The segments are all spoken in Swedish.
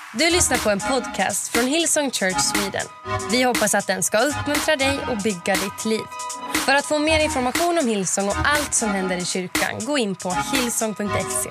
Du lyssnar på en podcast från Hillsong Church Sweden. Vi hoppas att den ska uppmuntra dig och bygga ditt liv. För att få mer information om Hillsong och allt som händer i kyrkan, gå in på hillsong.se.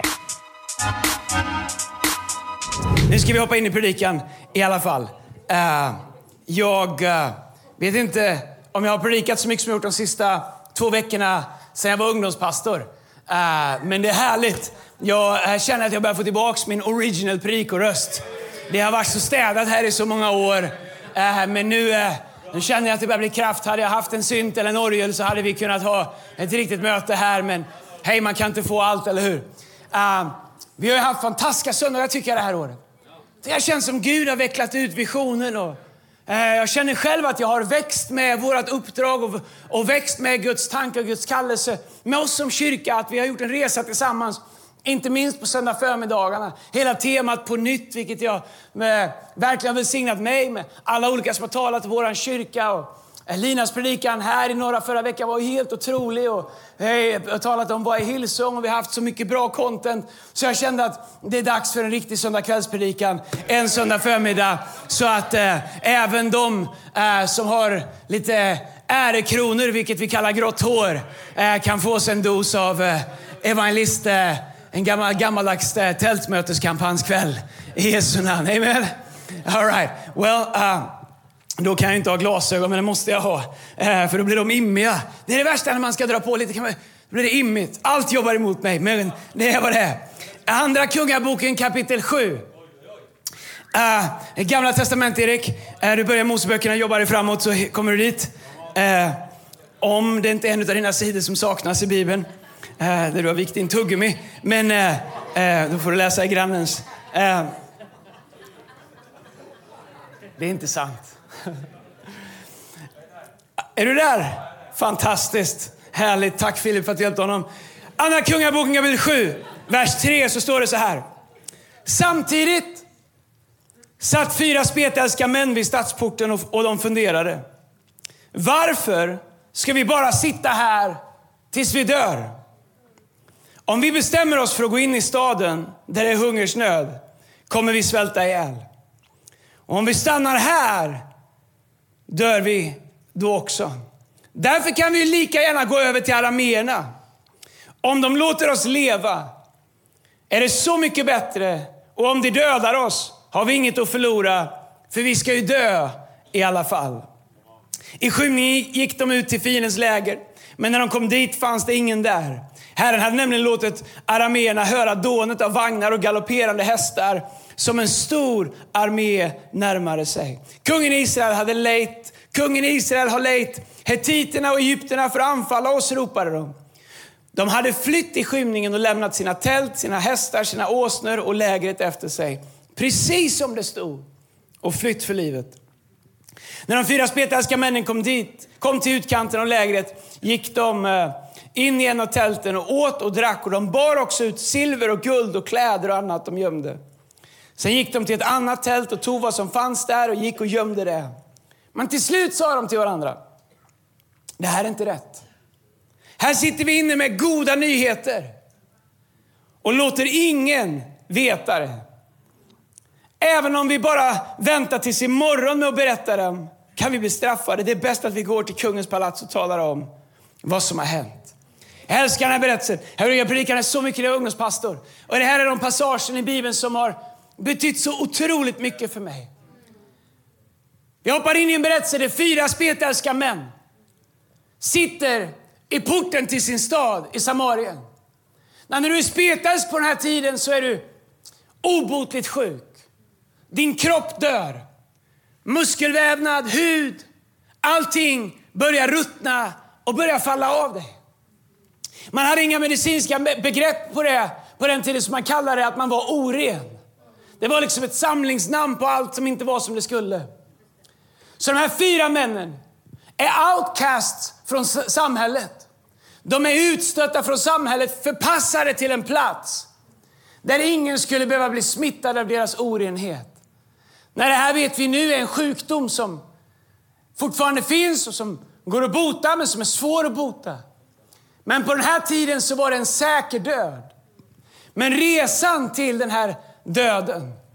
Nu ska vi hoppa in i predikan i alla fall. Jag vet inte om jag har predikat så mycket som jag gjort de sista 2 veckorna sedan jag var ungdomspastor. Men det är härligt. Jag känner att jag börjar få tillbaka min original predikoröst. Det har varit så städat här i så många år. Men nu känner jag att det börjar bli kraft. Hade jag haft en synt eller en orgel så hade vi kunnat ha ett riktigt möte här. Men hej, man kan inte få allt, eller hur? Vi har ju haft fantastiska söndagar tycker jag det här året. Det känns som Gud har vecklat ut visionen. Och jag känner själv att jag har växt med vårt uppdrag och växt med Guds tanke och Guds kallelse. Med oss som kyrka, att vi har gjort en resa tillsammans. Inte minst på söndag förmiddagarna. Hela temat på nytt, vilket jag verkligen har välsignat mig med. Alla olika som har talat i våran kyrka. Och Linas predikan här i norra förra veckan var helt otrolig. Och jag har talat om vad är Hillsong och vi har haft så mycket bra content. Så jag kände att det är dags för en riktig söndagkvällspredikan. En söndag förmiddag. Så att även de som har lite ärekronor, vilket vi kallar grått hår, kan få sig en dos av evangelist. En gammaldags tältmöteskampanjskväll i Jesu namn. Amen. All right. Well, då kan jag inte ha glasögon, men det måste jag ha. För då blir de immiga. Det är det värsta när man ska dra på lite. Då blir det immigt. Allt jobbar emot mig, men det är vad det är. Andra kungaboken kapitel 7. Gamla testament, Erik. Du börjar Moseböckerna, jobbar dig framåt så kommer du dit. Om det inte är en av dina sidor som saknas i Bibeln. Där du har vikt din tuggummi. Men då får du läsa i grannens. Det är inte sant. Är du där? Fantastiskt. Härligt. Tack Filip för att du hjälpte honom. Andra kungaboken kapitel 7. Vers 3 så står det så här. Samtidigt satt 4 spetälska män vid stadsporten och de funderade. Varför ska vi bara sitta här tills vi dör? Om vi bestämmer oss för att gå in i staden där det är hungersnöd kommer vi svälta ihjäl. Och om vi stannar här dör vi då också. Därför kan vi lika gärna gå över till arameerna. Om de låter oss leva är det så mycket bättre. Och om de dödar oss har vi inget att förlora. För vi ska ju dö i alla fall. I skymningen gick de ut till fiendens läger. Men när de kom dit fanns det ingen där. Herren hade nämligen låtit arameerna höra dånet av vagnar och galopperande hästar som en stor armé närmade sig. Kungen Israel har lejt hetiterna och egypterna för att anfalla oss, ropade de. De hade flytt i skymningen och lämnat sina tält, sina hästar, sina åsnor och lägret efter sig. Precis som det stod. Och flytt för livet. När de 4 spetälska männen kom till utkanten av lägret gick de in i en av tälten och åt och drack. Och de bar också ut silver och guld och kläder och annat de gömde. Sen gick de till ett annat tält och tog vad som fanns där och gick och gömde det. Men till slut sa de till varandra. Det här är inte rätt. Här sitter vi inne med goda nyheter. Och låter ingen veta det. Även om vi bara väntar tills imorgon med att berätta dem kan vi bli straffade. Det är bäst att vi går till kungens palats och talar om vad som har hänt. Jag älskar den här berättelsen. Jag predikar så mycket när jag är ungdomspastor. Och det här är de passagen i Bibeln som har betytt så otroligt mycket för mig. Vi hoppar in i en berättelse där 4 spetälska män sitter i porten till sin stad i Samarien. När du är spetälsk på den här tiden så är du obotligt sjuk. Din kropp dör. Muskelvävnad, hud, allting börjar ruttna och börjar falla av dig. Man hade inga medicinska begrepp på den tiden som man kallade det att man var oren. Det var liksom ett samlingsnamn på allt som inte var som det skulle. Så de här 4 männen är outcasts från samhället. De är utstötta från samhället, förpassade till en plats där ingen skulle behöva bli smittad av deras orenhet. När det här vet vi nu är en sjukdom som fortfarande finns och som går att bota men som är svår att bota. Men på den här tiden så var det en säker död. Men resan till den här döden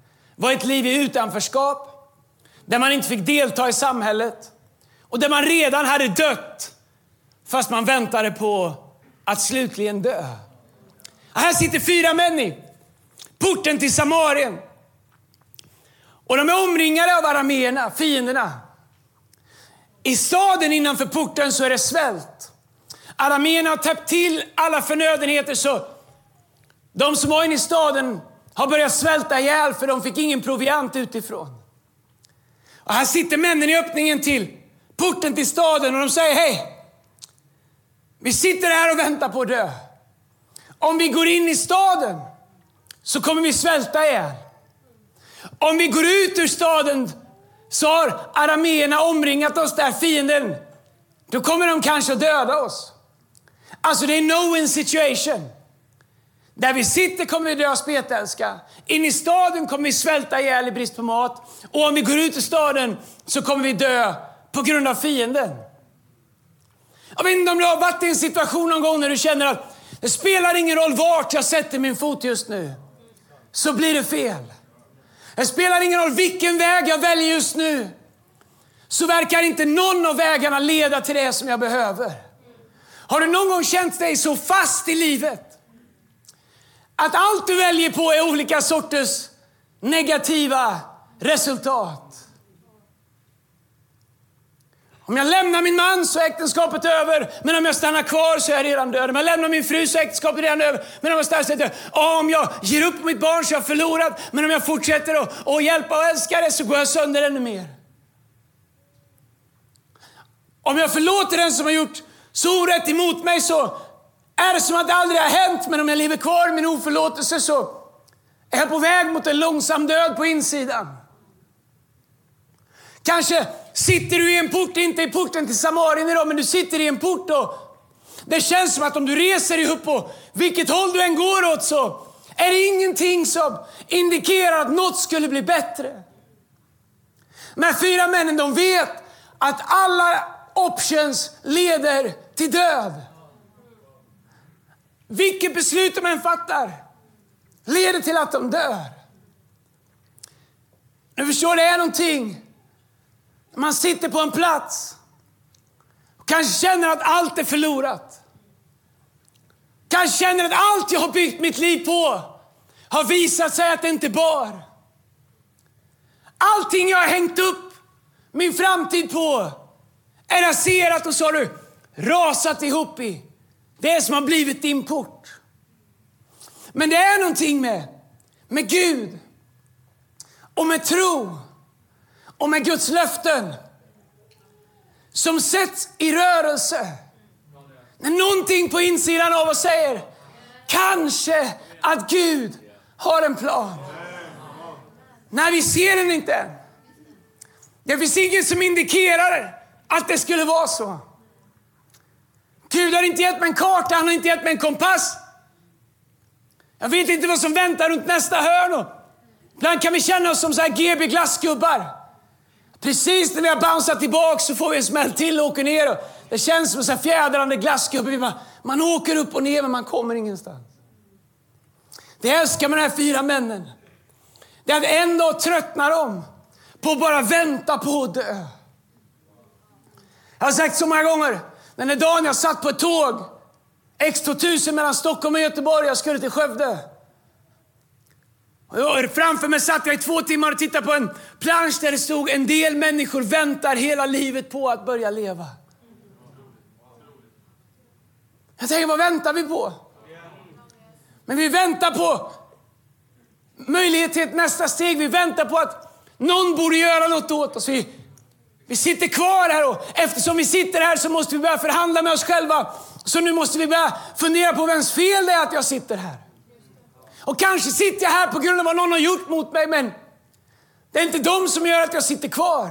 var ett liv i utanförskap. Där man inte fick delta i samhället. Och där man redan hade dött. Fast man väntade på att slutligen dö. Här sitter 4 män i porten till Samarien. Och de är omringade av arameerna, fienderna. I staden innanför porten så är det svält. Arameerna har täppt till alla förnödenheter, så de som var inne i staden har börjat svälta ihjäl för de fick ingen proviant utifrån. Och här sitter männen i öppningen till porten till staden och de säger: hej, vi sitter här och väntar på att dö. Om vi går in i staden så kommer vi svälta ihjäl. Om vi går ut ur staden så har arameerna omringat oss där, fienden. Då kommer de kanske att döda oss. Alltså det är no-win situation. Där vi sitter kommer vi dö spetälska. In i staden kommer vi svälta ihjäl i brist på mat. Och om vi går ut ur staden så kommer vi dö på grund av fienden. Jag vet inte om du har varit i en situation någon gång när du känner att det spelar ingen roll vart jag sätter min fot just nu, så blir det fel. Det spelar ingen roll vilken väg jag väljer just nu, så verkar inte någon av vägarna leda till det som jag behöver. Har du någon gång känt dig så fast i livet att allt du väljer på är olika sorters negativa resultat? Om jag lämnar min man så är äktenskapet över, men om jag stannar kvar så är jag redan död. Om jag lämnar min fru så är äktenskapet redan över, men om jag stannar så är jag död. Om jag ger upp mitt barn så är jag förlorad, men om jag fortsätter att hjälpa och älska det så går jag sönder ännu mer. Om jag förlåter den som har gjort så orätt emot mig så är det som att det aldrig har hänt, men om jag lever kvar i min oförlåtelse så är jag på väg mot en långsam död på insidan. Kanske sitter du i en port, inte i porten till Samarien idag, men du sitter i en port och det känns som att om du reser dig upp på vilket håll du än går åt så är det ingenting som indikerar att något skulle bli bättre. Men 4 männen, de vet att alla options leder till död. Vilket beslut de än fattar leder till att de dör. Nu förstår det är någonting. Man sitter på en plats och kanske känner att allt är förlorat. Kanske känner att allt jag har byggt mitt liv på har visat sig att det inte bar. Allting jag har hängt upp min framtid på är raserat och så har du rasat ihop i det som har blivit din port. Men det är någonting med Gud och med tro och med Guds löften som sätts i rörelse. När någonting på insidan av oss säger kanske att Gud har en plan. När vi ser den inte. Det finns inget som indikerar att det skulle vara så. Gud har inte gett mig en karta, han har inte gett mig en kompass. Jag vet inte vad som väntar runt nästa hörn. Ibland kan vi känna oss som så här GB glassgubbar. Precis när vi har bounceat tillbaka så får vi en smäll till och åker ner. Det känns som så här fjädrande glassgubbar. Man åker upp och ner men man kommer ingenstans. Det älskar med de här 4 männen. Det är att en dag tröttnar de på att bara vänta på att dö. Jag har sagt så många gånger. Den där dagen jag satt på ett tåg X2000 mellan Stockholm och Göteborg. Jag skulle till Skövde. Och framför mig satt jag i 2 timmar och tittade på en plansch där det stod: en del människor väntar hela livet på att börja leva. Jag tänker, vad väntar vi på? Men vi väntar på möjlighet till ett nästa steg. Vi väntar på att någon borde göra något åt oss. Vi sitter kvar här och eftersom vi sitter här så måste vi börja förhandla med oss själva. Så nu måste vi börja fundera på vems fel det är att jag sitter här. Och kanske sitter jag här på grund av vad någon har gjort mot mig, men det är inte de som gör att jag sitter kvar.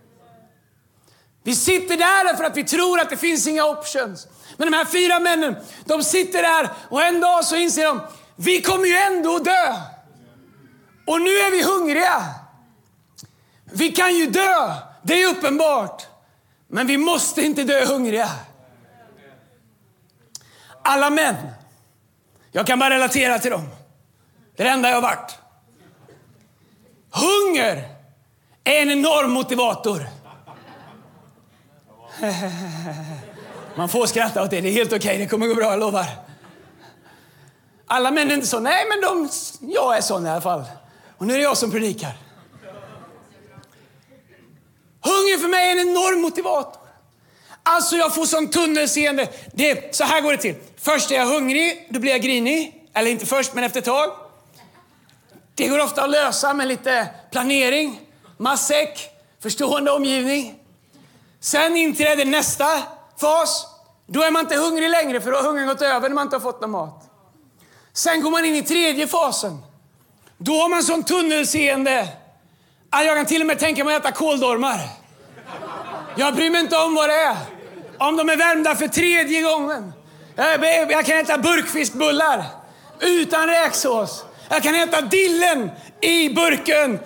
Vi sitter där för att vi tror att det finns inga options. Men de här 4 männen, de sitter där och en dag så inser de: vi kommer ju ändå att dö. Och nu är vi hungriga. Vi kan ju dö, det är uppenbart. Men vi måste inte dö hungriga. Alla män, jag kan bara relatera till dem. Det är det enda jag har varit. Hunger är en enorm motivator. Man får skratta åt det. Det är helt okej. Det kommer gå bra, jag lovar. Alla män är inte så. Nej, men jag är sån i alla fall. Och nu är det jag som predikar. Hunger för mig är en enorm motivator. Alltså jag får sån tunnelseende. Så här går det till. Först är jag hungrig, då blir jag grinig. Eller inte först, men efter ett tag. Det går ofta att lösa med lite planering, matsäck, förstående omgivning. Sen inträder nästa fas. Då är man inte hungrig längre, för då har hungern gått över när man inte har fått någon mat. Sen går man in i tredje fasen. Då har man sån tunnelseende. Jag kan till och med tänka mig att äta kåldormar. Jag bryr mig inte om vad det är. Om de är värmda för tredje gången. Jag kan äta burkfiskbullar utan räksås. Jag kan äta dillen i burken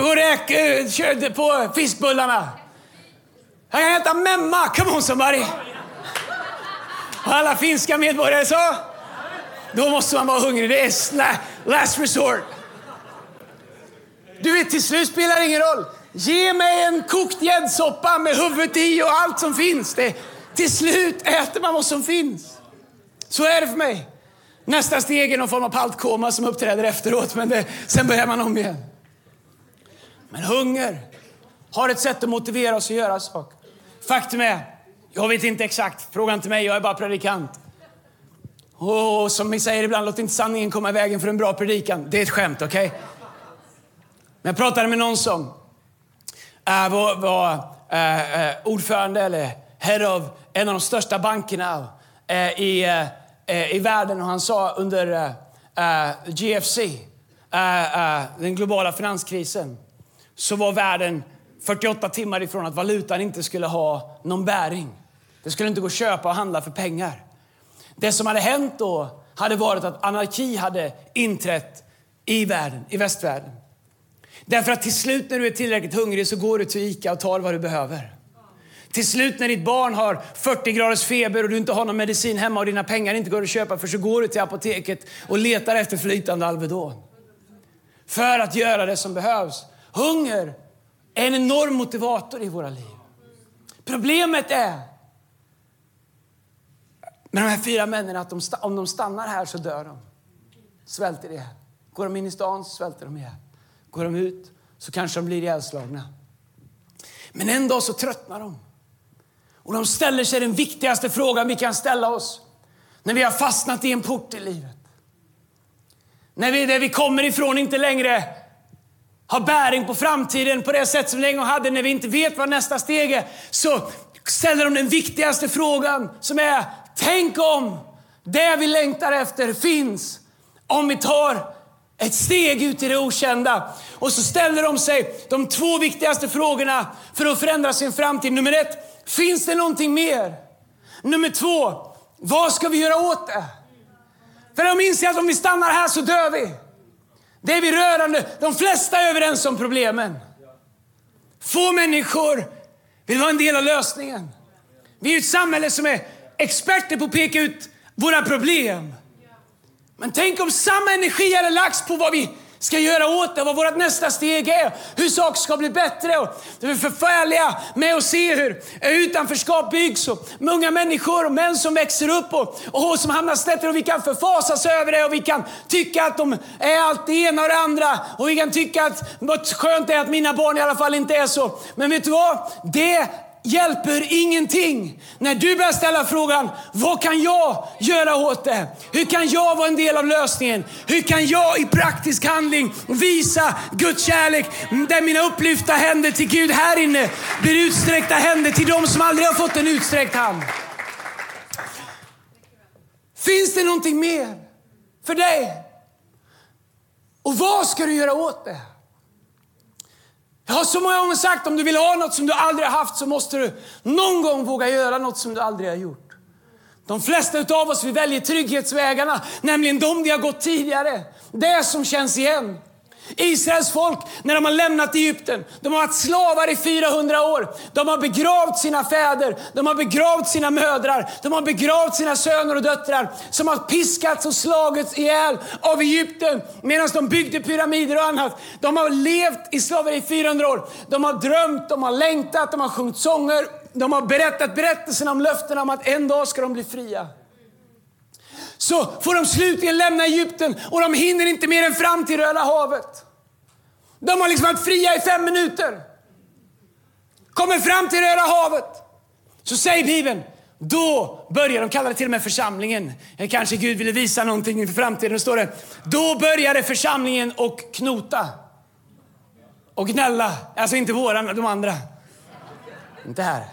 på fiskbullarna. Jag kan äta memma. Come on somebody. Alla finska medborgare så. Då måste man vara hungrig. Det är last resort. Du vet, till slut spelar det ingen roll. Ge mig en kokt gäddsoppa med huvudet i och allt som finns. Till slut äter man vad som finns. Så är det för mig. Nästa steg är någon form av paltkoma som uppträder efteråt. Men sen börjar man om igen. Men hunger har ett sätt att motivera oss att göra saker. Faktum är, jag vet inte exakt. Fråga inte mig, jag är bara predikant. Och som vi säger ibland, låt inte sanningen komma i vägen för en bra predikan. Det är ett skämt, okej? Okay? Men jag pratade med någon som var ordförande eller head of en av de största bankerna i världen. Och han sa under GFC, den globala finanskrisen, så var världen 48 timmar ifrån att valutan inte skulle ha någon bäring. Det skulle inte gå att köpa och handla för pengar. Det som hade hänt då hade varit att anarki hade inträtt i världen, i västvärlden. Därför att till slut när du är tillräckligt hungrig så går du till ICA och tar vad du behöver. Till slut när ditt barn har 40 graders feber och du inte har någon medicin hemma och dina pengar inte går att köpa, för så går du till apoteket och letar efter flytande Alvedon. För att göra det som behövs. Hunger är en enorm motivator i våra liv. Problemet är med de här 4 männen att om de stannar här så dör de. Svälter det. Går de in i stan så svälter de ihjäl. Går de ut så kanske de blir ihjälslagna. Men en dag så tröttnar de. Och de ställer sig den viktigaste frågan vi kan ställa oss. När vi har fastnat i en port i livet. När vi kommer ifrån inte längre har bäring på framtiden på det sätt som vi en gång hade. När vi inte vet vad nästa steg är. Så ställer de den viktigaste frågan som är: tänk om det vi längtar efter finns. Om vi tar ett steg ut i det okända. Och så ställer de sig de 2 viktigaste frågorna för att förändra sin framtid. Nummer 1, finns det någonting mer? Nummer 2, vad ska vi göra åt det? För de inser att om vi stannar här så dör vi. Det är vi rörande. De flesta är överens om problemen. Få människor vill vara en del av lösningen. Vi är ett samhälle som är experter på att peka ut våra problem. Men tänk om samma energi hade lagts på vad vi ska göra åt det, vad vårt nästa steg är, hur saker ska bli bättre. Och det är förfärliga med att se hur utanförskap byggs och många människor och män som växer upp och som hamnar snett, och vi kan förfasas över det och vi kan tycka att de är allt det ena och det andra och vi kan tycka att vad skönt det är att mina barn i alla fall inte är så. Men vet du vad? Det hjälper ingenting när du börjar ställa frågan: vad kan jag göra åt det? Hur kan jag vara en del av lösningen? Hur kan jag i praktisk handling visa Guds kärlek, där mina upplyfta händer till Gud här inne blir utsträckta händer till dem som aldrig har fått en utsträckt hand? Finns det någonting mer för dig? Och vad ska du göra åt det? Jag har så många gånger sagt, om du vill ha något som du aldrig har haft så måste du någon gång våga göra något som du aldrig har gjort. De flesta av oss, vi väljer trygghetsvägarna, nämligen de vi har gått tidigare. Det som känns igen. Israels folk, när de har lämnat Egypten, de har varit slavar i 400 år. De har begravt sina fäder, de har begravt sina mödrar, de har begravt sina söner och döttrar som har piskats och slagits ihjäl av Egypten medan de byggde pyramider och annat. De har levt i slaveri i 400 år. De har drömt, de har längtat, de har sjungit sånger, de har berättat berättelsen om löften om att en dag ska de bli fria. Så får de slutligen lämna Egypten och de hinner inte mer än fram till Röda havet. De har liksom varit fria i 5 minuter. Kommer fram till Röda havet. Så säger Bibeln, då börjar de, kalla det till och med församlingen. Kanske Gud ville visa någonting inför framtiden. Då står det, då började församlingen och knota. Och gnälla. Alltså inte våran, de andra. Inte här.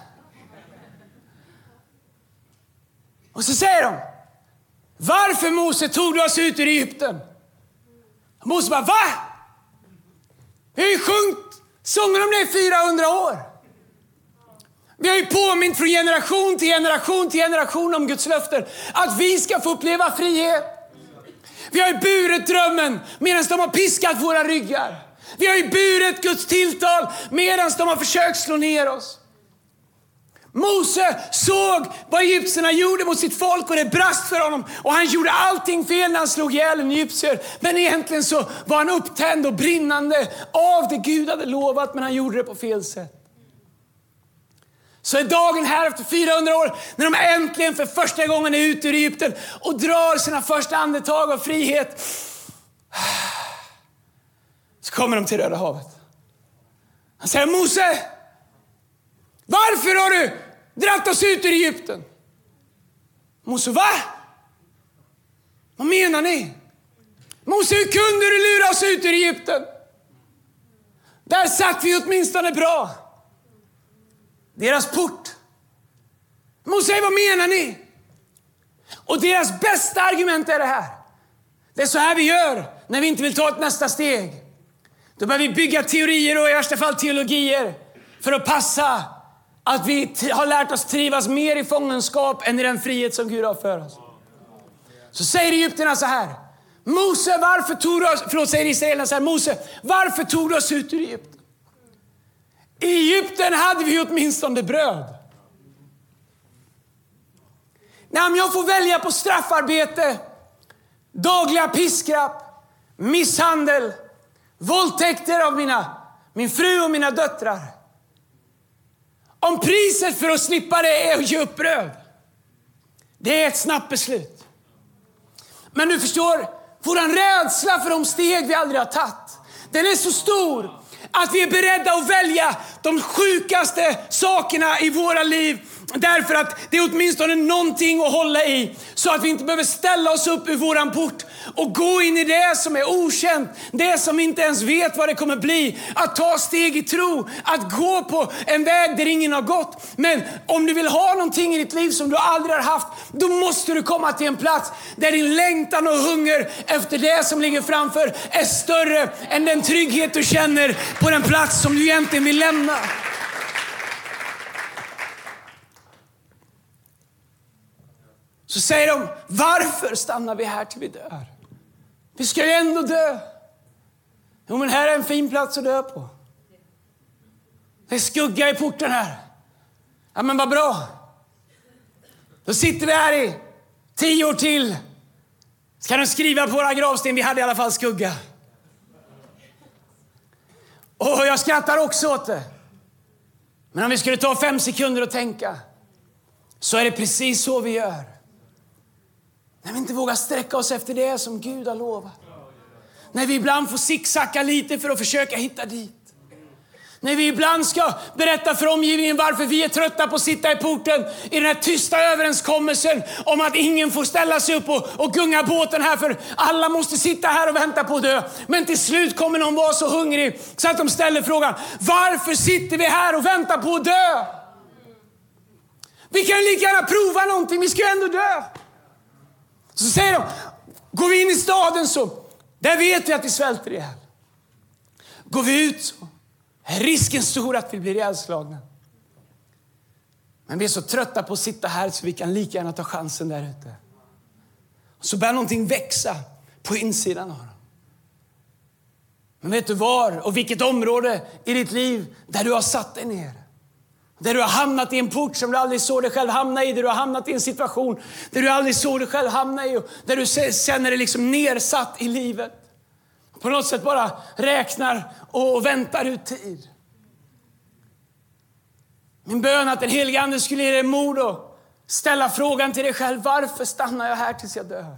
Och så säger de, varför Mose tog du oss ut ur Egypten? Mose bara, va? Vi har ju sjungit sånger om det i 400 år. Vi har ju påmint från generation till generation till generation om Guds löften. Att vi ska få uppleva frihet. Vi har ju burit drömmen medan de har piskat våra ryggar. Vi har ju burit Guds tilltal medan de har försökt slå ner oss. Mose såg vad egyptierna gjorde mot sitt folk och det brast för honom. Och han gjorde allting fel när han slog ihjäl en egyptier. Men egentligen så var han upptänd och brinnande av det Gud hade lovat, men han gjorde det på fel sätt. Så är dagen här efter 400 år när de äntligen för första gången är ute ur Egypten och drar sina första andetag av frihet. Så kommer de till Röda havet. Han säger, Mose, varför har du dratt oss ut ur Egypten? Mose, va? Vad menar ni? Mose, hur kunde du lura oss ut ur Egypten? Där satt vi åtminstone bra. Deras port. Mose, vad menar ni? Och deras bästa argument är det här. Det är så här vi gör när vi inte vill ta ett nästa steg. Då börjar vi bygga teorier och i värsta fall teologier för att passa att vi har lärt oss trivas mer i fångenskap än i den frihet som Gud har för oss. Så säger egyptierna så här. Mose, varför tog du oss... säger israelerna så här. Mose, varför tog du oss ut ur Egypten? I Egypten hade vi åtminstone bröd. När jag får välja på straffarbete, dagliga piskrapp, misshandel, våldtäkter av min fru och mina döttrar. Om priset för att slippa det är att ge upp bröd. Det är ett snabbt beslut. Men du förstår, våran rädsla för de steg vi aldrig har tagit, den är så stor att vi är beredda att välja de sjukaste sakerna i våra liv. Därför att det är åtminstone någonting att hålla i. Så att vi inte behöver ställa oss upp ur våran port och gå in i det som är okänt. Det som inte ens vet vad det kommer bli. Att ta steg i tro. Att gå på en väg där ingen har gått. Men om du vill ha någonting i ditt liv som du aldrig har haft, då måste du komma till en plats där din längtan och hunger efter det som ligger framför är större än den trygghet du känner på den plats som du egentligen vill lämna. Så säger de, varför stannar vi här till vi dör? Vi ska ju ändå dö. Jo, men här är en fin plats att dö på. Det är skugga i porten här. Ja, men vad bra. Då sitter vi här i 10 år till. Ska de skriva på våra gravsten, vi hade i alla fall skugga. Och jag skrattar också åt det. Men om vi skulle ta 5 sekunder och tänka, så är det precis så vi gör. När vi inte vågar sträcka oss efter det som Gud har lovat. När vi ibland får zigzacka lite för att försöka hitta dit. När vi ibland ska berätta för omgivningen varför vi är trötta på att sitta i porten i den här tysta överenskommelsen om att ingen får ställa sig upp och gunga båten här, för alla måste sitta här och vänta på att dö. Men till slut kommer någon vara så hungrig så att de ställer frågan, varför sitter vi här och väntar på att dö? Vi kan lika gärna prova någonting, vi ska ju ändå dö. Så säger de, går vi in i staden så, där vet vi att vi svälter ihjäl. Går vi ut så är risken stor att vi blir ihjälslagna. Men vi är så trötta på att sitta här så vi kan lika gärna ta chansen där ute. Och så börjar någonting växa på insidan av dem. Men vet du var och vilket område i ditt liv där du har satt dig ner? Där du har hamnat i en port som du aldrig såg dig själv hamna i. Där du har hamnat i en situation där du aldrig såg dig själv hamna i. Och där du känner dig liksom nersatt i livet. På något sätt bara räknar och väntar ut tid. Min bön att den helige Ande skulle ge dig mod och ställa frågan till dig själv. Varför stannar jag här tills jag dör?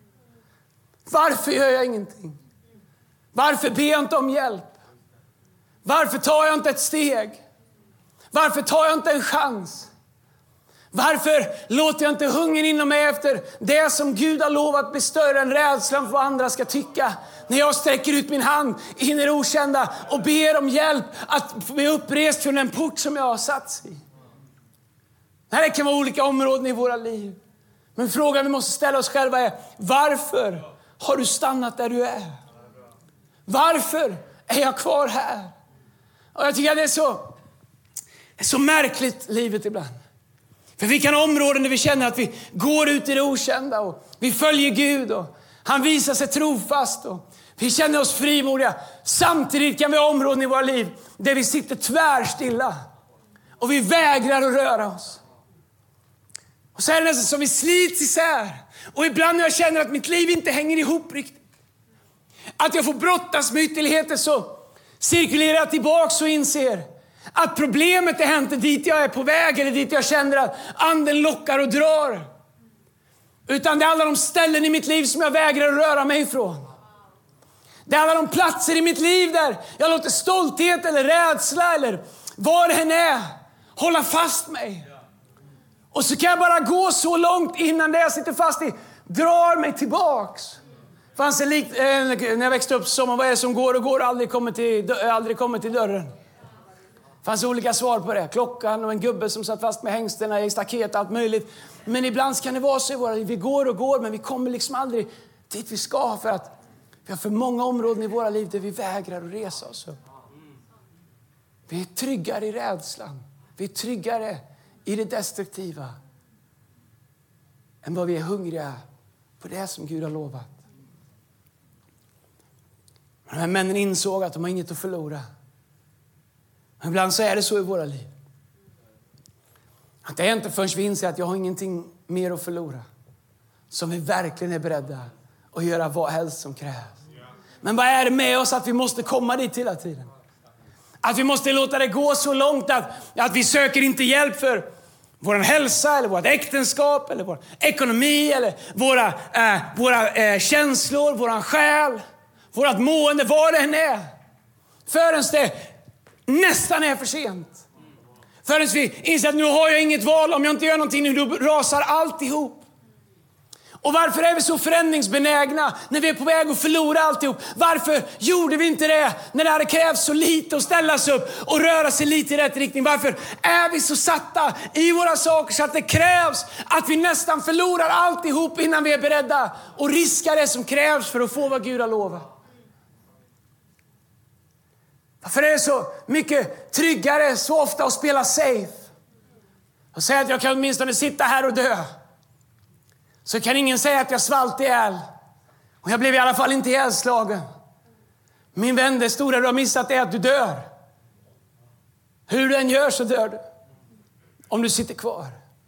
Varför gör jag ingenting? Varför ber jag inte om hjälp? Varför tar jag inte ett steg? Varför tar jag inte en chans? Varför låter jag inte hungern inom mig efter det som Gud har lovat bli större än rädslan för vad andra ska tycka? När jag sträcker ut min hand in i det okända och ber om hjälp att bli upprest från den port som jag har satt i. Det kan vara olika områden i våra liv. Men frågan vi måste ställa oss själva är: varför har du stannat där du är? Varför är jag kvar här? Och jag tycker att det är så märkligt livet ibland. För vi kan ha områden där vi känner att vi går ut i det okända och vi följer Gud och han visar sig trofast och vi känner oss frimodiga. Samtidigt kan vi ha områden i våra liv där vi sitter tvärstilla och vi vägrar att röra oss. Och så är det nästan som vi slits isär. Och ibland när jag känner att mitt liv inte hänger ihop riktigt, att jag får brottas med ytterligheter, så cirkulerar jag tillbaka och inser att problemet är inte dit jag är på väg eller dit jag känner att anden lockar och drar. Utan det är alla de ställen i mitt liv som jag vägrar att röra mig ifrån. Det är alla de platser i mitt liv där jag låter stolthet eller rädsla eller vad det än är hålla fast mig. Och så kan jag bara gå så långt innan det jag sitter fast i drar mig tillbaks. Fanns en när jag växte upp som vad är det som går och går och aldrig kommer till dörren. Fanns olika svar på det. Klockan och en gubbe som satt fast med hängsterna i staket, allt möjligt. Men ibland kan det vara så i våra liv. Vi går och går, men vi kommer liksom aldrig dit vi ska, för att vi har för många områden i våra liv där vi vägrar att resa oss upp. Vi är tryggare i rädslan. Vi är tryggare i det destruktiva än vad vi är hungriga på det som Gud har lovat. De här männen insåg att de har inget att förlora. Men ibland så är det så i våra liv. Att det är inte förrän vi inser att jag har ingenting mer att förlora som vi verkligen är beredda att göra vad helst som krävs. Men vad är det med oss att vi måste komma dit hela tiden? Att vi måste låta det gå så långt att vi söker inte hjälp för vår hälsa eller vårt äktenskap eller vår ekonomi eller våra känslor, våran själ, vårat mående, vad det än är. Förrän det nästan är för sent. Förrän vi inser att nu har jag inget val, om jag inte gör någonting nu, då rasar alltihop. Och varför är vi så förändringsbenägna när vi är på väg att förlora alltihop? Varför gjorde vi inte det när det hade krävts så lite att ställas upp och röra sig lite i rätt riktning? Varför är vi så satta i våra saker så att det krävs att vi nästan förlorar alltihop innan vi är beredda och riskar det som krävs för att få vad Gud har lovat? Varför är det så mycket tryggare så ofta att spela safe? Och säga att jag kan åtminstone sitta här och dö. Så kan ingen säga att jag svalt ihjäl. Och jag blev i alla fall inte ihjälslagen. Min vän, det stora du har missat är att du dör. Hur du än gör så dör du. Om du sitter kvar.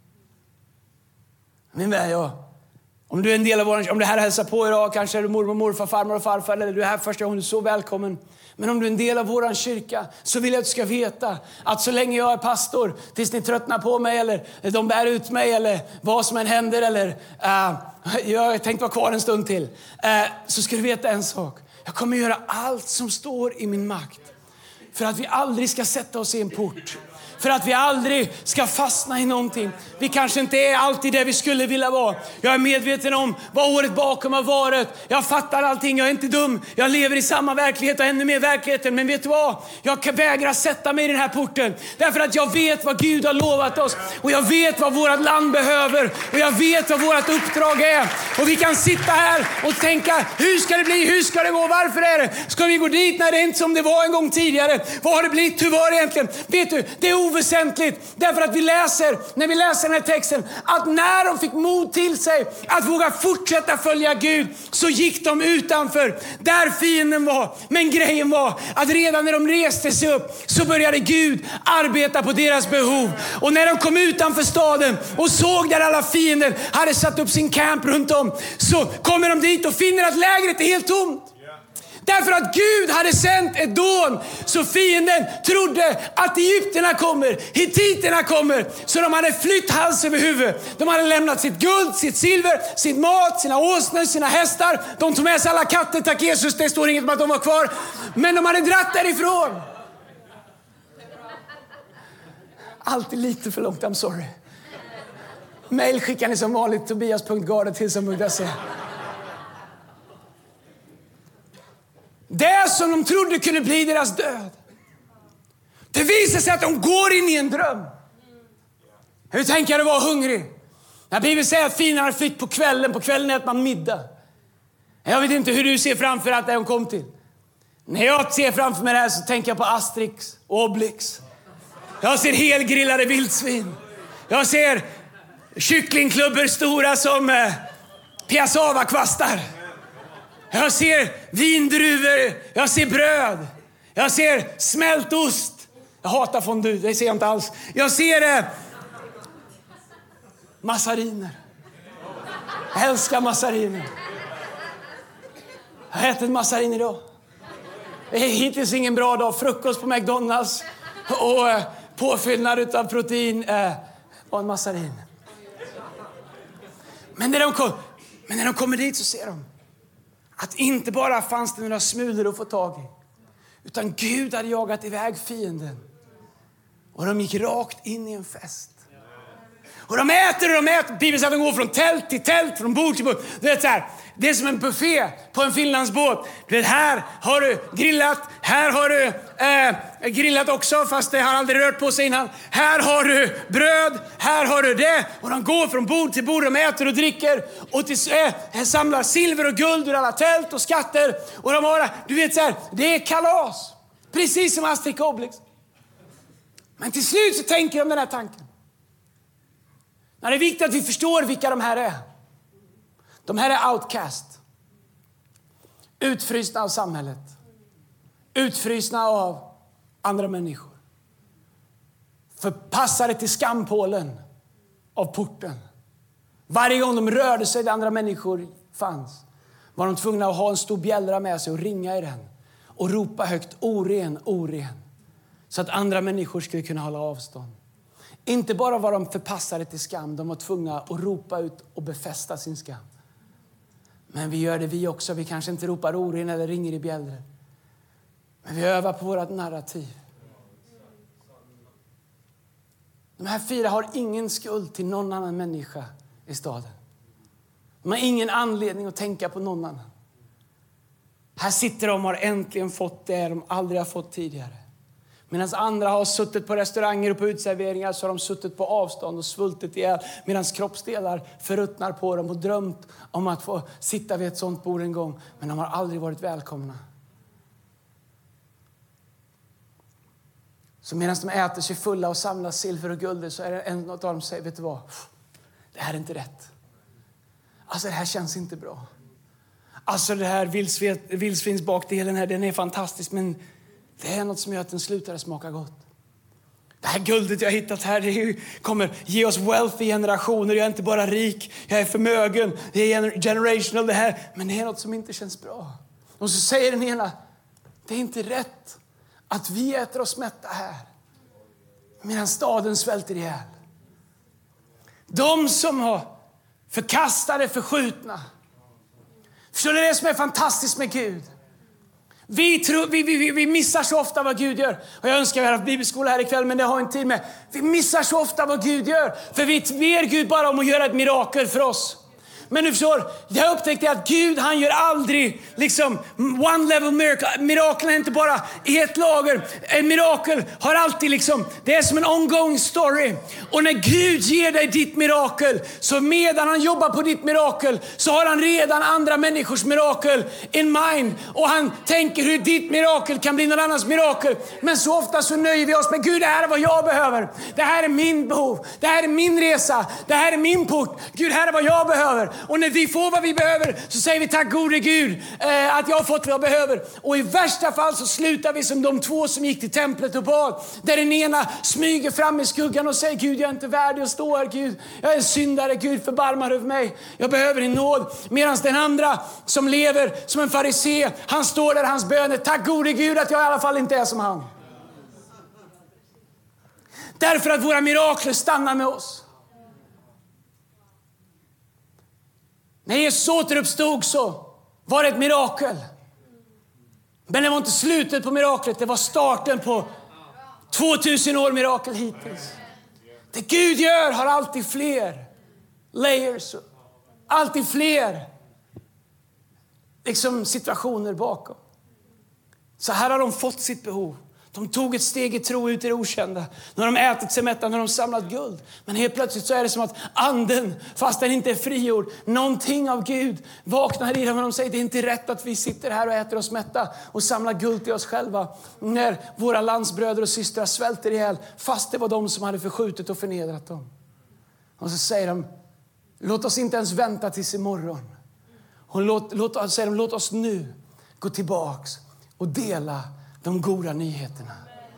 Min vän, om du är en del av om det här hälsar på idag, kanske är du mormor, morfar, farmor och farfar, eller du är här första gången, du är så välkommen. Men om du är en del av våran kyrka, så vill jag att du ska veta att så länge jag är pastor, tills ni tröttnar på mig eller de bär ut mig eller vad som än händer, eller jag tänkte vara kvar en stund till, så ska du veta en sak. Jag kommer göra allt som står i min makt för att vi aldrig ska sätta oss i en port. För att vi aldrig ska fastna i någonting. Vi kanske inte är alltid det vi skulle vilja vara. Jag är medveten om vad året bakom har varit. Jag fattar allting, jag är inte dum. Jag lever i samma verklighet och ännu mer verkligheten. Men vet du vad? Jag vägrar sätta mig i den här porten. Därför att jag vet vad Gud har lovat oss. Och jag vet vad vårt land behöver. Och jag vet vad vårt uppdrag är. Och vi kan sitta här och tänka, hur ska det bli? Hur ska det gå? Varför är det? Ska vi gå dit när det är inte som det var en gång tidigare? Vad har det blivit? Hur var det egentligen? Vet du, det är oväsentligt. Därför att när vi läser den här texten, att när de fick mod till sig att våga fortsätta följa Gud, så gick de utanför där fienden var. Men grejen var att redan när de reste sig upp så började Gud arbeta på deras behov. Och när de kom utanför staden och såg där alla fiender hade satt upp sin camp runt om, så kommer de dit och finner att lägret är helt tomt. Därför att Gud hade sänt ett dån, så fienden trodde att egyptierna kommer, hittiterna kommer. Så de hade flytt hals över huvud. De hade lämnat sitt guld, sitt silver, sin mat, sina åsnor, sina hästar. De tog med sig alla katter, tack Jesus, det står inget om att de var kvar. Men de hade dratt därifrån. Alltid lite för långt, I'm sorry. Mail skickar ni som vanligt tobias.gardet@hillsong.se. Det som de trodde kunde bli deras död, det visar sig att de går in i en dröm. Hur tänker du vara hungrig? När Bibeln säger att fienden har flytt på kvällen äter man middag. Jag vet inte hur du ser framför att det de kom till. När jag ser framför mig det här så tänker jag på Asterix och Obelix. Jag ser helgrillade vildsvin. Jag ser kycklingklubbor stora som piassavakvastar. Jag ser vindruvor. Jag ser bröd. Jag ser smältost. Jag hatar fondue, det ser jag inte alls. Jag ser massariner. Jag älskar massariner. Jag har ätit massarin idag. Det är hittills ingen bra dag. Frukost på McDonalds och påfyllnad utav protein och en massarin. Men när de kommer dit så ser de att inte bara fanns det några smulor att få tag i, utan Gud hade jagat iväg fienden. Och de gick rakt in i en fest. Och de äter. Bibeln säger att de går från tält till tält, från bord till bord. Det är som en buffé på en Finlandsbåt. Här har du grillat. Här har du grillat också, fast det har aldrig rört på sig innan. Här har du bröd. Här har du det. Och de går från bord till bord. De äter och dricker. Och samlar silver och guld ur alla tält och skatter. Och de har, du vet så här, det är kalas. Precis som Asterix och Obelix. Men till slut så tänker de den här tanken. Det är viktigt att vi förstår vilka de här är. De här är outcast. Utfrysna av samhället. Utfrysna av andra människor. Förpassade till skampålen av porten. Varje gång de rörde sig där andra människor fanns, var de tvungna att ha en stor bjällra med sig och ringa i den. Och ropa högt, oren, oren. Så att andra människor skulle kunna hålla avstånd. Inte bara var de förpassade till skam, de var tvungna att ropa ut och befästa sin skam. Men vi gör det vi också. Vi kanske inte ropar oren eller ringer i bjällror. Men vi övar på vårt narrativ. De här 4 har ingen skuld till någon annan människa i staden. De har ingen anledning att tänka på någon annan. Här sitter de och har äntligen fått det de aldrig har fått tidigare. Medan andra har suttit på restauranger och på utserveringar, så har de suttit på avstånd och svultit ihjäl. Medan kroppsdelar förruttnar på dem och drömt om att få sitta vid ett sånt bord en gång. Men de har aldrig varit välkomna. Så medan de äter sig fulla och samlar silver och guld, så är det en av dem som säger, vet du vad? Det här är inte rätt. Alltså det här känns inte bra. Alltså det här vildsvinsbakdelen här, den är fantastisk, men det är något som gör att den slutar smaka gott. Det här guldet jag har hittat här, det kommer ge oss wealth i generationer. Jag är inte bara rik, jag är förmögen. Det är generational det här. Men det är något som inte känns bra. Och så säger den ena, det är inte rätt att vi äter oss mätta här, medan staden svälter ihjäl. De som har förkastade, förskjutna. Förstår du det som är fantastiskt med Gud? Vi missar så ofta vad Gud gör. Och jag önskar vi hade haft bibelskola här ikväll, men det har inte tid med. Vi missar så ofta vad Gud gör. För vi ber Gud bara om att göra ett mirakel för oss. Men du förstår, jag upptäckte att Gud, han gör aldrig liksom one level miracle. Mirakel är inte bara i ett lager. En mirakel har alltid liksom, det är som en ongoing story. Och när Gud ger dig ditt mirakel, så medan han jobbar på ditt mirakel, så har han redan andra människors mirakel in mind. Och han tänker hur ditt mirakel kan bli någon annans mirakel. Men så ofta så nöjer vi oss med Gud, det här är vad jag behöver. Det här är min behov. Det här är min resa. Det här är min port. Gud, här är vad jag behöver. Och när vi får vad vi behöver så säger vi tack gode Gud att jag har fått vad jag behöver. Och i värsta fall så slutar vi som de två som gick till templet och bad. Där den ena smyger fram i skuggan och säger Gud, jag är inte värdig att stå här Gud. Jag är en syndare, Gud förbarmar över mig. Jag behöver din nåd. Medan den andra som lever som en farisé, han står där, hans böner. Tack gode Gud att jag i alla fall inte är som han. Därför att våra mirakler stannar med oss. När Jesus återuppstod så var det ett mirakel. Men det var inte slutet på miraklet. Det var starten på 2000 år mirakel hittills. Det Gud gör har alltid fler layers. Alltid fler liksom situationer bakom. Så här har de fått sitt behov. De tog ett steg i tro ut i det okända. När de ätit sig mätta, när de samlat guld. Men helt plötsligt så är det som att anden, fast den inte är frigjord, någonting av Gud vaknar i dem. Och de säger, det är inte rätt att vi sitter här och äter oss mätta och samlar guld till oss själva. När våra landsbröder och systrar svälter ihjäl, fast det var de som hade förskjutit och förnedrat dem. Och så säger de, låt oss inte ens vänta tills imorgon. Och låt oss nu gå tillbaks och dela de goda nyheterna.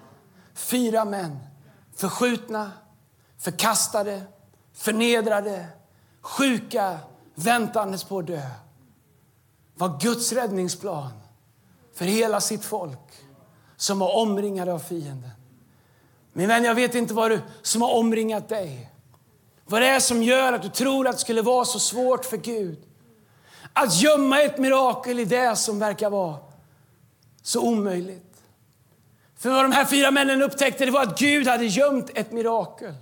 4 män, förskjutna, förkastade, förnedrade, sjuka, väntandes på att dö. Var Guds räddningsplan för hela sitt folk som var omringade av fienden. Min vän, jag vet inte vad som har omringat dig. Vad det är som gör att du tror att det skulle vara så svårt för Gud att gömma ett mirakel i det som verkar vara så omöjligt. För vad de här 4 männen upptäckte, det var att Gud hade gömt ett mirakel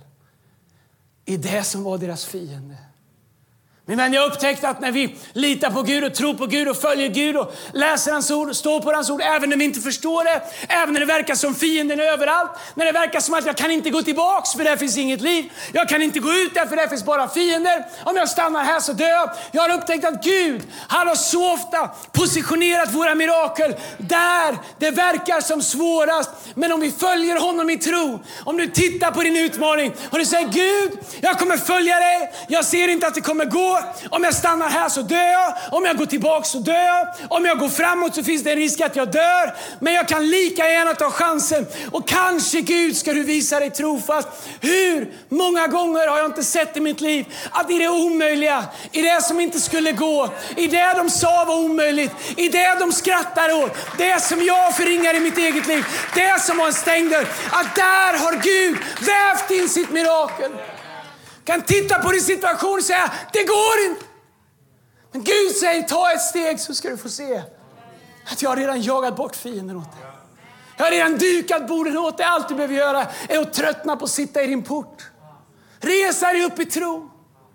i det som var deras fiende. Men jag upptäckte att när vi litar på Gud och tror på Gud och följer Gud och läser hans ord, står på hans ord, även när vi inte förstår det, även när det verkar som fienden är överallt, när det verkar som att jag kan inte gå tillbaks för där finns inget liv, jag kan inte gå ut där för där finns bara fiender, om jag stannar här så dör jag. Jag har upptäckt att Gud, han har så ofta positionerat våra mirakel där det verkar som svårast. Men om vi följer honom i tro, om du tittar på din utmaning och du säger Gud, jag kommer följa dig, jag ser inte att det kommer gå. Om jag stannar här så dör jag. Om jag går tillbaka så dör jag. Om jag går framåt så finns det en risk att jag dör. Men jag kan lika gärna ta chansen. Och kanske Gud ska du visa dig trofast. Hur många gånger har jag inte sett i mitt liv att i det omöjliga, i det som inte skulle gå, i det de sa var omöjligt, i det de skrattar åt, det som jag förringar i mitt eget liv, det som var en stängd dörr, att där har Gud vävt in sitt mirakel. Kan titta på din situation och säga, det går inte. Men Gud säger, ta ett steg så ska du få se att jag har redan jagat bort fienden åt dig. Jag har redan dukat borden åt dig. Allt du behöver göra är att tröttna på att sitta i din port. Resa dig upp i tro.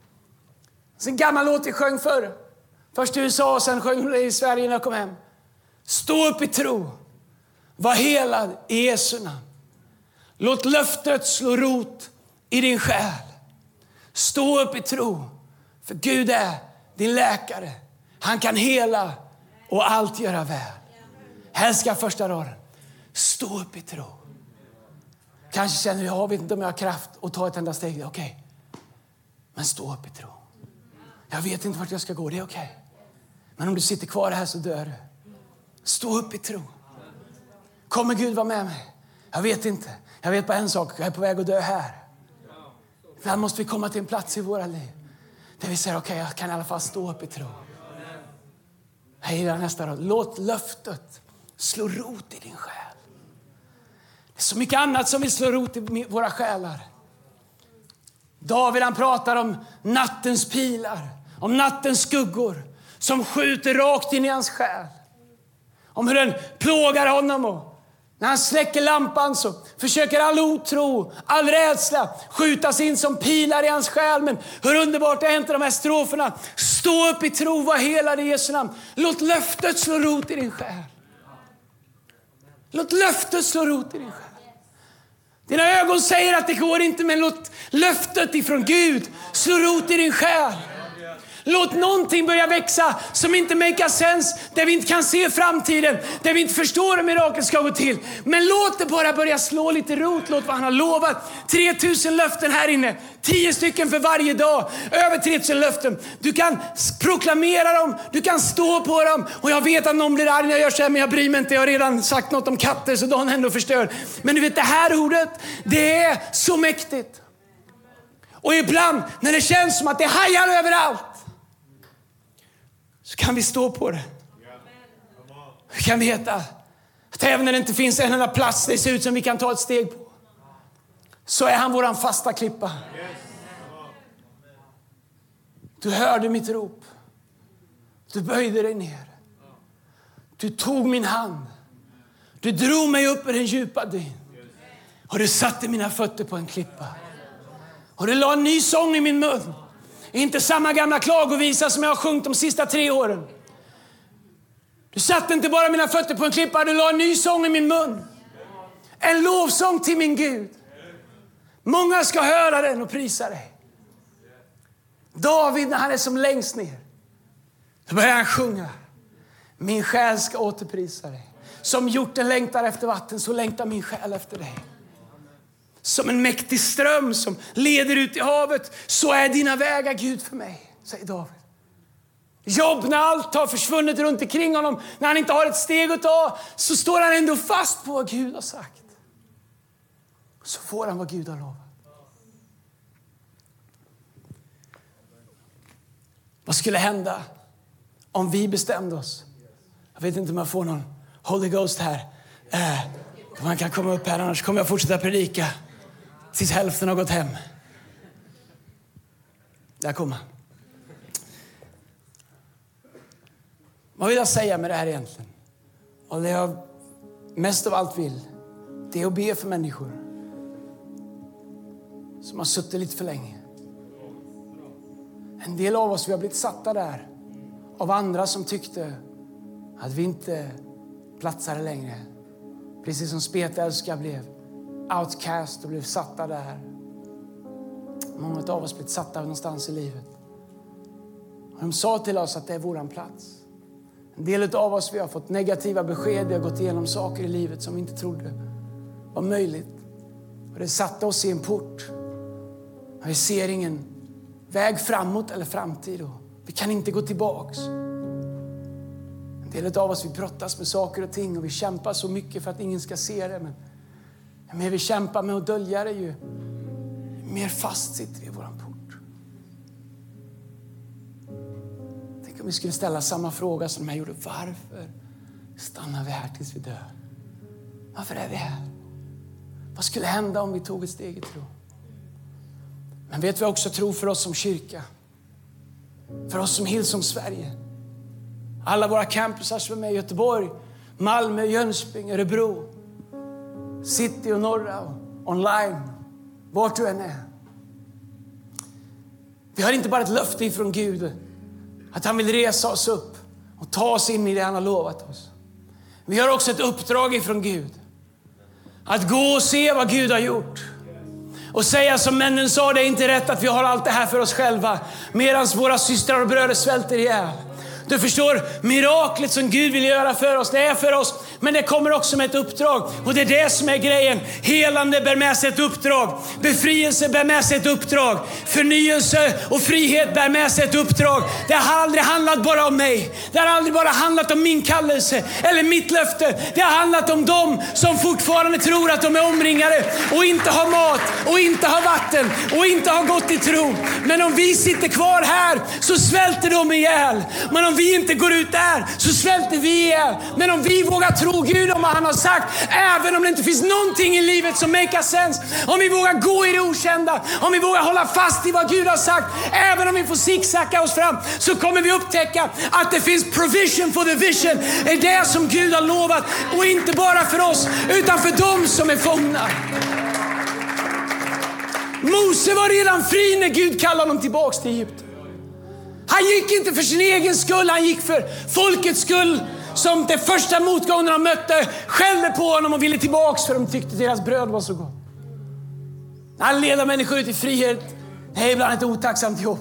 Så en gammal låt jag sjöng förr. Först i USA och sen sjöng i Sverige när jag kom hem. Stå upp i tro. Var helad i Jesu namn. Låt löftet slå rot i din själ. Stå upp i tro, för Gud är din läkare. Han kan hela och allt göra väl. Älska första raden. Stå upp i tro. Kanske känner jag vet inte om jag har kraft att ta ett enda steg. Okej. Men stå upp i tro. Jag vet inte vart jag ska gå, det är okej. Men om du sitter kvar här så dör du. Stå upp i tro. Kommer Gud vara med mig? Jag vet inte. Jag vet bara en sak, jag är på väg att dö här. Ibland måste vi komma till en plats i våra liv där vi säger, okej, jag kan i alla fall stå upp i tro. Hej, nästa rad. Låt löftet slå rot i din själ. Det är så mycket annat som vill slå rot i våra själar. David han pratar om nattens pilar, om nattens skuggor som skjuter rakt in i hans själ. Om hur den plågar honom och När han släcker lampan så försöker all otro, all rädsla skjutas in som pilar i hans själ. Men hur underbart är inte de här stroferna? Stå upp i tro, var helad i Jesu namn. Låt löftet slå rot i din själ. Låt löftet slå rot i din själ. Dina ögon säger att det går inte, men låt löftet ifrån Gud slå rot i din själ. Låt någonting börja växa som inte make sense, där vi inte kan se framtiden, där vi inte förstår hur mirakel ska gå till. Men låt det bara börja slå lite rot. Låt vad han har lovat. 3000 löften här inne. 10 stycken för varje dag. Över 3000 löften. Du kan proklamera dem. Du kan stå på dem. Och jag vet att någon blir arg när jag gör så här, men jag bryr mig inte. Jag har redan sagt något om katter så dagen ändå förstör. Men du vet, det här ordet, det är så mäktigt. Och ibland när det känns som att det hajar överallt, så kan vi stå på det. Vi kan veta att även när det inte finns en enda plats det ser ut som vi kan ta ett steg på, så är han våran fasta klippa. Du hörde mitt rop. Du böjde dig ner. Du tog min hand. Du drog mig upp i den djupa dyn. Och du satte mina fötter på en klippa. Och du la en ny sång i min mun. Inte samma gamla klagovisa som jag har sjungit de sista 3 åren. Du satte inte bara mina fötter på en klippa, du la en ny sång i min mun. En lovsång till min Gud. Många ska höra den och prisa dig. David, när han är som längst ner, då börjar han sjunga. Min själ ska återprisa dig. Som hjorten längtar efter vatten, så längtar min själ efter dig. Som en mäktig ström som leder ut i havet, så är dina vägar, Gud, för mig, säger David. Jobb, när allt har försvunnit runt omkring honom, när han inte har ett steg att ta, så står han ändå fast på vad Gud har sagt. Så får han vad Gud har lovat. Vad skulle hända om vi bestämde oss? Jag vet inte om jag får någon Holy Ghost här. Man kan komma upp här, annars kommer jag fortsätta predika tills hälften har gått hem. Där kommer han. Vad vill jag säga med det här egentligen? Och det jag mest av allt vill, det är att be för människor som har suttit lite för länge. En del av oss, vi har blivit satta där av andra som tyckte att vi inte platsade längre. Precis som spetälska blev outcast och blev satta där. Många av oss blev satta någonstans i livet. Och de sa till oss att det är våran plats. En del av oss, vi har fått negativa besked. Vi har gått igenom saker i livet som vi inte trodde var möjligt. Och det satte oss i en port. Och vi ser ingen väg framåt eller framtid. Och vi kan inte gå tillbaks. En del av oss, vi brottas med saker och ting. Och vi kämpar så mycket för att ingen ska se det. Men ju mer vi kämpar med att dölja det, ju mer fast sitter vi i våran port. Tänk om vi skulle ställa samma fråga som de här gjorde. Varför stannar vi här tills vi dör? Varför är vi här? Vad skulle hända om vi tog ett steg i tro? Men vet vi också tro för oss som kyrka? För oss som Hillsong Sverige. Alla våra campusar som är med i Göteborg, Malmö, Jönköping, Örebro, City och Norra och online. Vart du än är. Vi har inte bara ett löfte ifrån Gud att han vill resa oss upp och ta oss in i det han har lovat oss. Vi har också ett uppdrag ifrån Gud. Att gå och se vad Gud har gjort. Och säga som männen sa, det är inte rätt att vi har allt det här för oss själva. Medan våra systrar och bröder svälter ihjäl. Du förstår, miraklet som Gud vill göra för oss, det är för oss. Men det kommer också med ett uppdrag. Och det är det som är grejen. Helande bär med sig ett uppdrag. Befrielse bär med sig ett uppdrag. Förnyelse och frihet bär med sig ett uppdrag. Det har aldrig handlat bara om mig. Det har aldrig bara handlat om min kallelse eller mitt löfte. Det har handlat om dem som fortfarande tror att de är omringade och inte har mat och inte har vatten och inte har gått i tro. Men om vi sitter kvar här så svälter de ihjäl. Men om vi inte går ut där så svälter vi ihjäl. Men om vi vågar tro Gud om vad han har sagt, även om det inte finns någonting i livet som makes sense, om vi vågar gå i det okända, om vi vågar hålla fast i vad Gud har sagt, även om vi får zigzacka oss fram, så kommer vi upptäcka att det finns provision for the vision. Det är det som Gud har lovat, och inte bara för oss utan för dem som är fångna. Mose var redan fri när Gud kallade honom tillbaks till Egypten. Han gick inte för sin egen skull, han gick för folkets skull, som det första motgången de mötte skällde på honom och ville tillbaks för de tyckte deras bröd var så gott. Han leder människor ut i frihet. Det är ibland ett otacksamt jobb.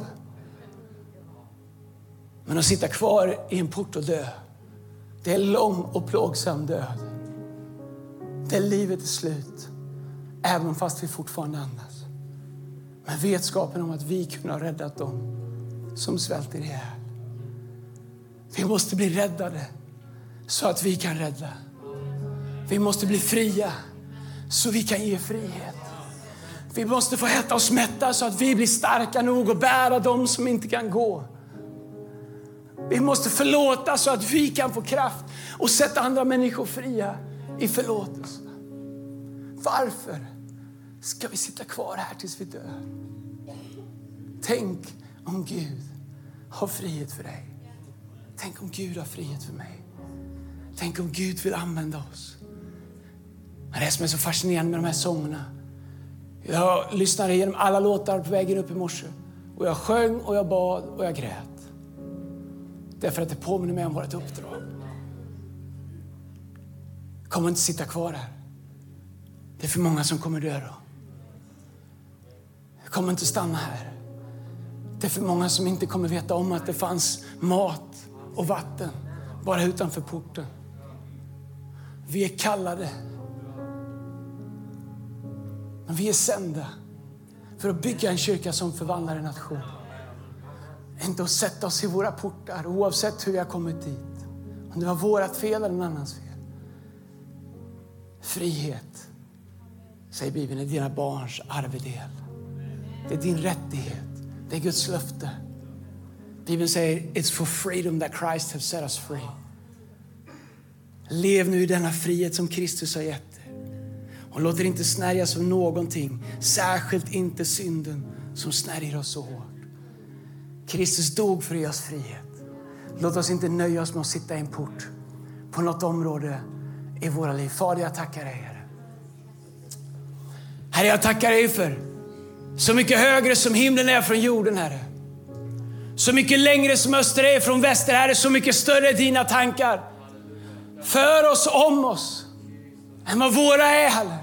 Men att sitta kvar i en port och dö, det är lång och plågsam död. Det är livet är slut, även fast vi fortfarande andas. Men vetskapen om att vi kunde ha räddat dem som svälter ihjäl. Vi måste bli räddade så att vi kan rädda. Vi måste bli fria så vi kan ge frihet. Vi måste få äta och smätta så att vi blir starka nog att bära dem som inte kan gå. Vi måste förlåta så att vi kan få kraft och sätta andra människor fria i förlåtelse. Varför ska vi sitta kvar här tills vi dör? Tänk om Gud har frihet för dig. Tänk om Gud har frihet för mig. Tänk om Gud vill använda oss. Men det som är så fascinerande med de här sångerna. Jag lyssnade igenom alla låtar på vägen upp i morse. Och jag sjöng och jag bad och jag grät. Därför att det påminner mig om vårt uppdrag. Jag kommer inte sitta kvar här. Det är för många som kommer dö då. Jag kommer inte stanna här. Det är för många som inte kommer veta om att det fanns mat och vatten bara utanför porten. Vi är kallade. Men vi är sända för att bygga en kyrka som förvandlar en nation. Inte att sätta oss i våra portar oavsett hur vi har kommit dit. Om det var vårat fel eller någon annans fel. Frihet, säger Bibeln, är dina barns arvedel. Det är din rättighet. Det är Guds löfte. Bibeln säger it's for freedom that Christ has set us free. Lev nu i denna frihet som Kristus har gett dig. Och låt er inte snärjas av någonting. Särskilt inte synden som snärjer oss så hårt. Kristus dog för att ge oss frihet. Låt oss inte nöja oss med att sitta i en port på något område i våra liv. Fader, jag tackar dig, Herre. Herre, jag tackar dig för så mycket högre som himlen är från jorden, Herre. Så mycket längre som öster är från väster, Herre. Så mycket större är dina tankar för oss, om oss, än vad våra är, Herre.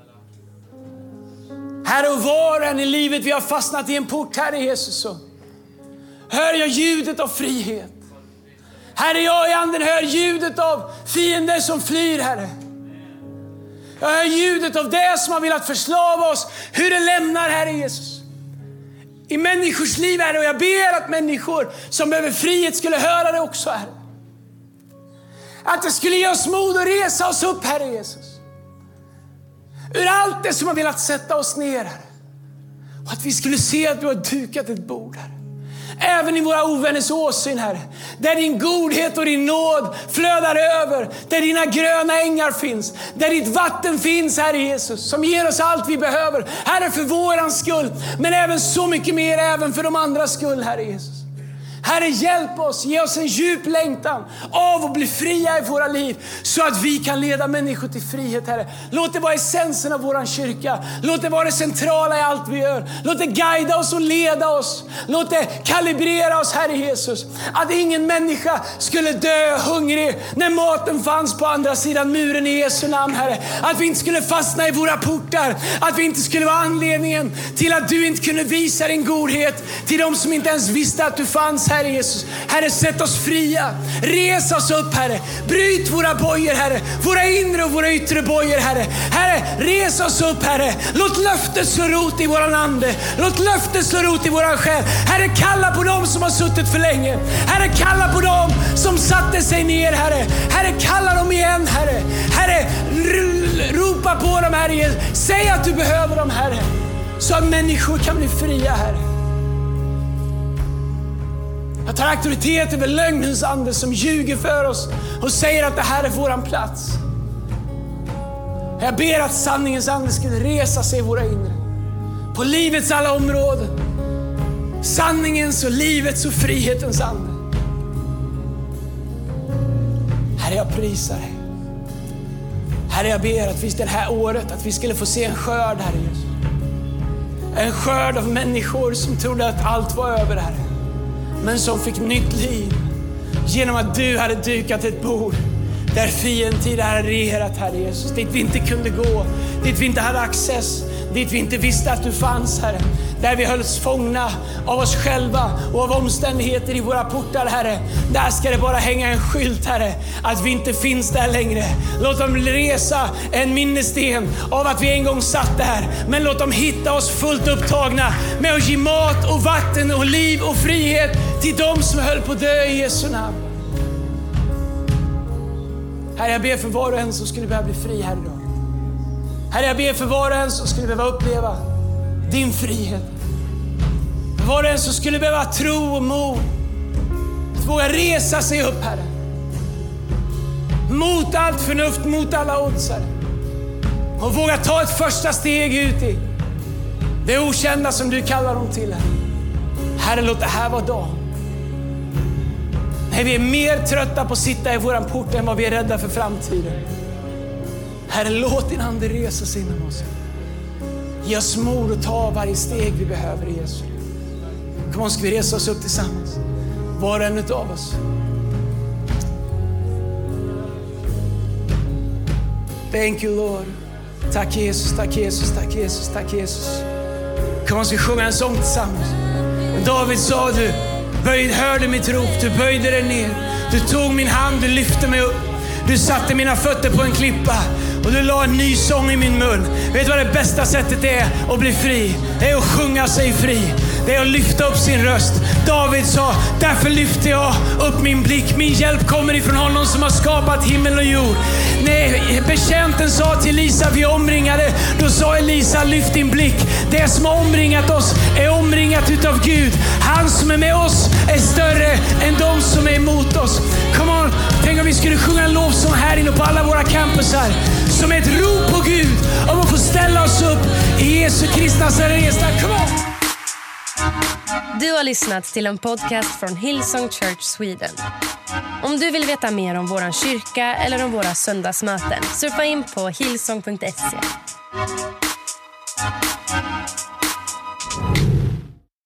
Herre, och var än i livet vi har fastnat i en port, Herre Jesus, så hör jag ljudet av frihet. Herre, jag i anden hör ljudet av fiender som flyr, Herre. Jag hör ljudet av det som har velat förslava oss, hur det lämnar, Herre Jesus. I människors liv, Herre, och jag ber att människor som behöver frihet skulle höra det också, Herre. Att det skulle ge oss mod att resa oss upp, Herre Jesus. Ur allt det som har velat sätta oss ner, Herre. Och att vi skulle se att du har dukat ett bord, Herre. Även i våra ovänners åsyn, Herre. Där din godhet och din nåd flödar över. Där dina gröna ängar finns. Där ditt vatten finns, Herre Jesus. Som ger oss allt vi behöver. Herre, för våran skull. Men även så mycket mer även för de andras skull, Herre Jesus. Herre, hjälp oss, ge oss en djup längtan av att bli fria i våra liv så att vi kan leda människor till frihet, Herre. Låt det vara essensen av våran kyrka. Låt det vara det centrala i allt vi gör. Låt det guida oss och leda oss. Låt det kalibrera oss, Herre Jesus. Att ingen människa skulle dö hungrig när maten fanns på andra sidan muren, i Jesu namn, Herre. Att vi inte skulle fastna i våra portar. Att vi inte skulle vara anledningen till att du inte kunde visa din godhet till de som inte ens visste att du fanns, Herre Jesus. Herre, sätt oss fria. Res oss upp, Herre. Bryt våra bojor, Herre. Våra inre och våra yttre bojor, Herre. Herre, res oss upp, Herre. Låt löftet slå rot i våran ande. Låt löftet slå rot i våran själ. Herre, kalla på dem som har suttit för länge. Herre, kalla på dem som satte sig ner, Herre. Herre, kalla dem igen, Herre. Herre, ropa på dem, Herre. Säg att du behöver dem, Herre. Så att människor kan bli fria, Herre. Jag tar auktoritet över lögnens ande som ljuger för oss och säger att det här är våran plats. Jag ber att sanningens ande skulle resa sig i våra inre. På livets alla områden. Sanningens och livets och frihetens ande. Herre, jag prisar dig. Herre, jag ber att vi det här året att vi skulle få se en skörd, Herre Jesus. En skörd av människor som trodde att allt var över, Herre. Men som fick nytt liv genom att du hade dukat ett bord där fienden hade regerat, Herre Jesus. Dit vi inte kunde gå, dit vi inte hade access, dit vi inte visste att du fanns, Herre. Där vi hölls fångna av oss själva och av omständigheter i våra portar, Herre. Där ska det bara hänga en skylt, Herre, att vi inte finns där längre. Låt dem resa en minnessten av att vi en gång satt där. Men låt dem hitta oss fullt upptagna med att ge mat och vatten och liv och frihet till dem som höll på att dö i Jesu namn. Herre, jag ber för var och en som skulle behöva bli fri här idag. Herre, jag ber för var och en som skulle behöva uppleva din frihet. Var och en som skulle behöva tro och mod. Att våga resa sig upp, Herre. Mot allt förnuft, mot alla odds, Herre. Och våga ta ett första steg ut i det okända som du kallar dem till, Herre. Herre, låt det här vara dag. När vi är mer trötta på att sitta i våran port än vad vi är rädda för framtiden. Herre, låt din ande resa sig inom oss. Ge oss mod att ta varje steg vi behöver i Jesus. Kom on, ska vi resa oss upp tillsammans. Var och en utav oss. Thank you, Lord. Tack Jesus, tack Jesus, tack Jesus, tack Jesus. Kom on, ska vi sjunga en sång tillsammans. David sa du, hörde mitt rop, du böjde dig ner. Du tog min hand, du lyfte mig upp. Du satte mina fötter på en klippa och du la en ny sång i min mun. Vet du vad det bästa sättet är att bli fri? Det är att sjunga sig fri. Det är att lyfta upp sin röst. David sa, därför lyfter jag upp min blick. Min hjälp kommer ifrån honom som har skapat himmel och jord. Nej, betjänten sa till Elisa, vi är omringade. Då sa Elisa, lyft din blick. Det som har omringat oss är omringat utav Gud. Han som är med oss är större än de som är emot oss. Come on, tänk om vi skulle sjunga en lovsång här inne på alla våra campusar. Som ett rop på Gud om att få ställa oss upp i Jesu Kristi resa. Come on! Du har lyssnat till en podcast från Hillsong Church Sweden. Om du vill veta mer om våran kyrka eller om våra söndagsmöten, surfa in på hillsong.se.